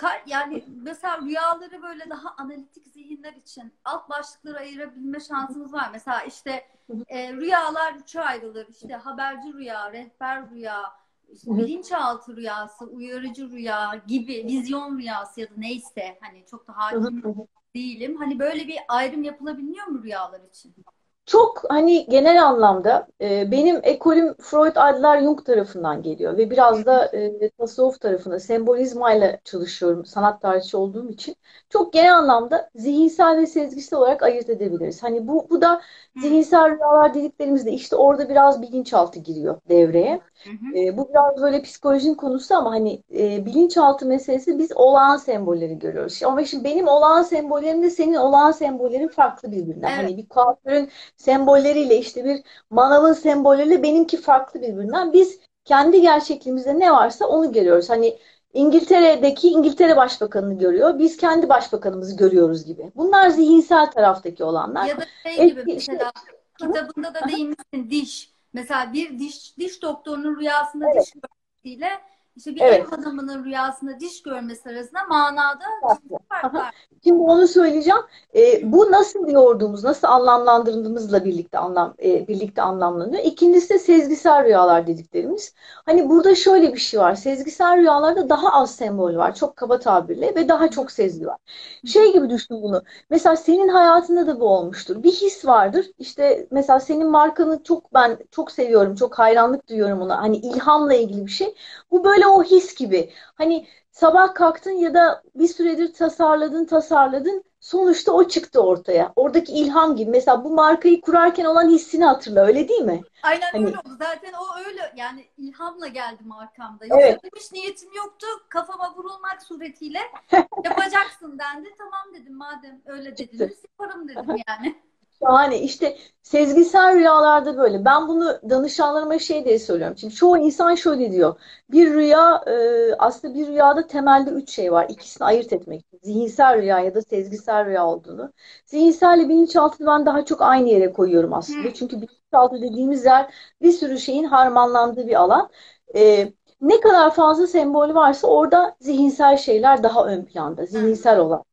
Yani mesela rüyaları böyle daha analitik zihinler için alt başlıkları ayırabilme şansımız var. Mesela işte rüyalar üçe ayrılır. İşte haberci rüya, rehber rüya, işte bilinçaltı rüyası, uyarıcı rüya gibi, vizyon rüyası ya da neyse, hani çok da hakim değilim. Hani böyle bir ayrım yapılabiliyor mu rüyalar için? Çok hani genel anlamda benim ekolüm Freud, Adler, Jung tarafından geliyor ve biraz da tasavvuf tarafında sembolizmayla çalışıyorum sanat tarihçi olduğum için. Çok genel anlamda zihinsel ve sezgisel olarak ayırt edebiliriz. Hani bu da Hı, zihinsel rüyalar dediklerimizde işte orada biraz bilinçaltı giriyor devreye. hı, hı. Bu biraz böyle psikolojinin konusu ama hani bilinçaltı meselesi biz olağan sembolleri görüyoruz. Ama şimdi benim olağan sembollerimle senin olağan sembollerin farklı birbirinden. Evet. Hani bir kuaförün sembolleriyle işte bir manavın sembolleriyle benimki farklı birbirinden. Biz kendi gerçekliğimizde ne varsa onu görüyoruz. Hani İngiltere'deki İngiltere Başbakanı'nı görüyor. Biz kendi başbakanımızı görüyoruz gibi. Bunlar zihinsel taraftaki olanlar. Ya da şey gibi, Eski işte mesela kitabında da değinmişsin, diş. Mesela bir diş doktorunun rüyasında evet, diş görmesiyle işte bir ev evet. hanımının rüyasında diş görmesi arasında manada ciddi Farklı. Aha. farklar. Şimdi onu söyleyeceğim. Bu nasıl yorduğumuz, nasıl anlamlandırdığımızla birlikte anlamlanıyor. İkincisi de sezgisel rüyalar dediklerimiz. Hani burada şöyle bir şey var. Sezgisel rüyalarda daha az sembol var. Çok kaba tabirle ve daha çok sezgi var. Şey gibi düşün bunu. Mesela senin hayatında da bu olmuştur. Bir his vardır. İşte mesela senin markanı ben çok seviyorum. Çok hayranlık duyuyorum ona. Hani ilhamla ilgili bir şey. Bu böyle o his gibi. Hani sabah kalktın ya da bir süredir tasarladın. Sonuçta o çıktı ortaya. Oradaki ilham gibi. Mesela bu markayı kurarken olan hissini hatırla, öyle değil mi? Aynen öyle Hani oldu. Zaten o öyle, yani ilhamla geldim arkamda. Yoksa evet, benim hiç niyetim yoktu. Kafama vurulmak suretiyle yapacaksın dendi. Tamam dedim, madem öyle çıktı. dediniz yaparım dedim yani. Yani işte sezgisel rüyalarda böyle. Ben bunu danışanlarıma şey diye söylüyorum. Şimdi çoğu insan şöyle diyor. Bir rüya aslında bir rüyada temelde üç şey var. İkisini ayırt etmek. Zihinsel rüya ya da sezgisel rüya olduğunu. Zihinselle bilinçaltını ben daha çok aynı yere koyuyorum aslında. Hı. Çünkü bilinçaltı dediğimiz yer bir sürü şeyin harmanlandığı bir alan. Ne kadar fazla sembol varsa orada zihinsel şeyler daha ön planda. Zihinsel olan.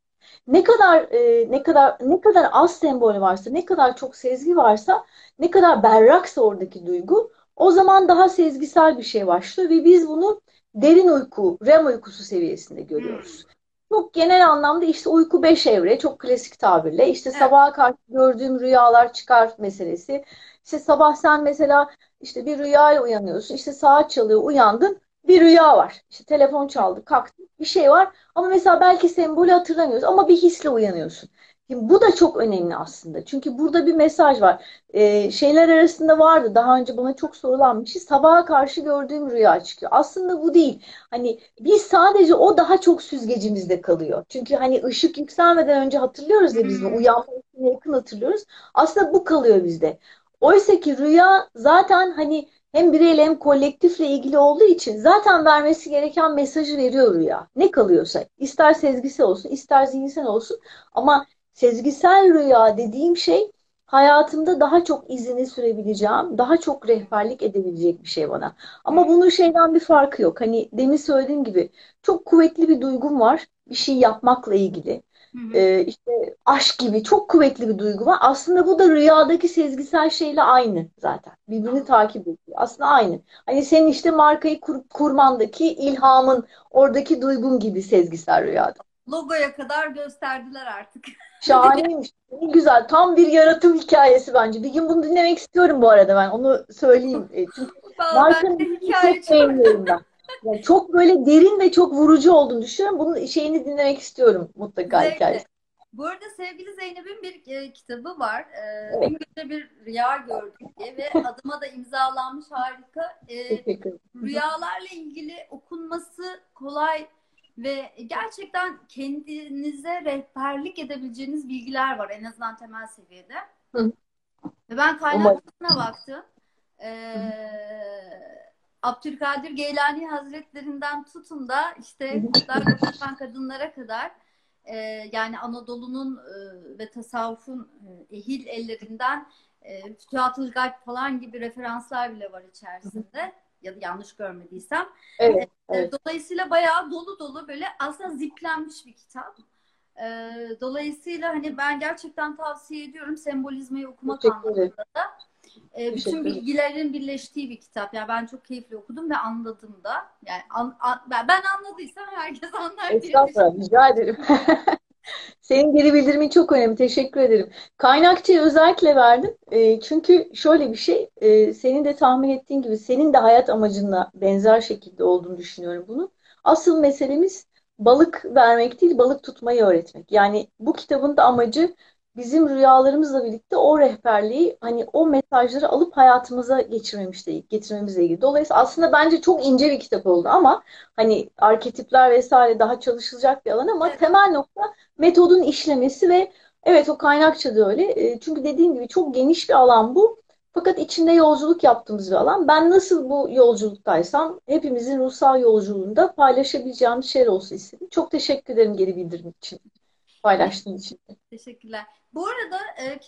Ne kadar az sembol varsa, ne kadar çok sezgi varsa, ne kadar berraksa oradaki duygu, o zaman daha sezgisel bir şey başlıyor ve biz bunu derin uyku, REM uykusu seviyesinde Hı. görüyoruz. Çok genel anlamda işte uyku 5 evre, çok klasik tabirle. İşte Evet. sabaha karşı gördüğüm rüyalar çıkar meselesi. İşte sabah sen mesela işte bir rüyayla uyanıyorsun. İşte saat çalıyor, uyandın. Bir rüya var. İşte telefon çaldı, kalktın. Bir şey var. Ama mesela belki sembolü hatırlamıyoruz ama bir hisle uyanıyorsun. Şimdi bu da çok önemli aslında. Çünkü burada bir mesaj var. Şeyler arasında vardı. Daha önce bana çok sorulan bir şey. Sabaha karşı gördüğüm rüya çıkıyor. Aslında bu değil. Hani biz sadece o daha çok süzgecimizde kalıyor. Çünkü hani ışık yükselmeden önce hatırlıyoruz ya biz bunu. Hı. Uyanmasına yakın hatırlıyoruz. Aslında bu kalıyor bizde. Oysa ki rüya zaten hani hem bireyle hem kolektifle ilgili olduğu için zaten vermesi gereken mesajı veriyor rüya. Ne kalıyorsa, ister sezgisel olsun, ister zihinsel olsun, ama sezgisel rüya dediğim şey hayatımda daha çok izini sürebileceğim, daha çok rehberlik edebilecek bir şey bana. Ama Hı. bunun şeyden bir farkı yok. Hani demin söylediğim gibi çok kuvvetli bir duygum var bir şey yapmakla ilgili. Hı. İşte aşk gibi çok kuvvetli bir duygu var. Aslında bu da rüyadaki sezgisel şeyle aynı zaten. Birbirini Anladım. takip ediyor. Aslında aynı. Hani senin işte markayı kurmandaki ilhamın, oradaki duygun gibi sezgisel rüyada. Logoya kadar gösterdiler artık. Şahaneymiş. Ne güzel. Tam bir yaratım hikayesi bence. Bir gün bunu dinlemek istiyorum bu arada ben. Onu söyleyeyim. Çünkü Vallahi ben markanın de hikayesini hikaye çok çok. beğeniyorum ben. Yani çok böyle derin ve çok vurucu olduğunu düşünüyorum. Bunun şeyini dinlemek istiyorum mutlaka Zevkle. hikayesi. Bu arada sevgili Zeynep'in bir kitabı var. Evet. Dün gece bir rüya gördük diye ve adıma da imzalanmış, harika. Teşekkür ederim. Rüyalarla ilgili okunması kolay ve gerçekten kendinize rehberlik edebileceğiniz bilgiler var, en azından temel seviyede. Hı hı. Ve ben Umarım. kaynaklarına baktım. Abdülkadir Geylani Hazretlerinden tutun da Hı işte hı. kurtlarla konuşan kadınlara kadar, e, yani Anadolu'nun ve tasavvufun ehil ellerinden Fütuhatül Galp falan gibi referanslar bile var içerisinde. ya da yanlış görmediysem. Evet, evet. Dolayısıyla bayağı dolu dolu böyle aslında ziplenmiş bir kitap. Dolayısıyla hani ben gerçekten tavsiye ediyorum sembolizmayı okumak Teşekkür ederim. anlamında da. Bütün Teşekkür ederim. bilgilerin birleştiği bir kitap. Yani ben çok keyifli okudum ve anladım da. Yani ben anladıysam herkes anlar diye Estağfurullah, düşünüyorum. rica ederim. Senin geri bildirimin çok önemli. Teşekkür ederim. Kaynakçayı özellikle verdim. Çünkü şöyle bir şey, senin de tahmin ettiğin gibi senin de hayat amacınla benzer şekilde olduğunu düşünüyorum bunu. Asıl meselemiz balık vermek değil, balık tutmayı öğretmek. Yani bu kitabın da amacı bizim rüyalarımızla birlikte o rehberliği, hani o mesajları alıp hayatımıza getirmemizle ilgili. Dolayısıyla aslında bence çok ince bir kitap oldu ama hani arketipler vesaire daha çalışılacak bir alan ama Evet, temel nokta metodun işlemesi ve evet o kaynakça da öyle. Çünkü dediğim gibi çok geniş bir alan bu. Fakat içinde yolculuk yaptığımız bir alan. Ben nasıl bu yolculuktaysam hepimizin ruhsal yolculuğunda paylaşabileceğimiz şeyler olsun istedim. Çok teşekkür ederim geri bildirim için, paylaştığın için. teşekkürler. Bu arada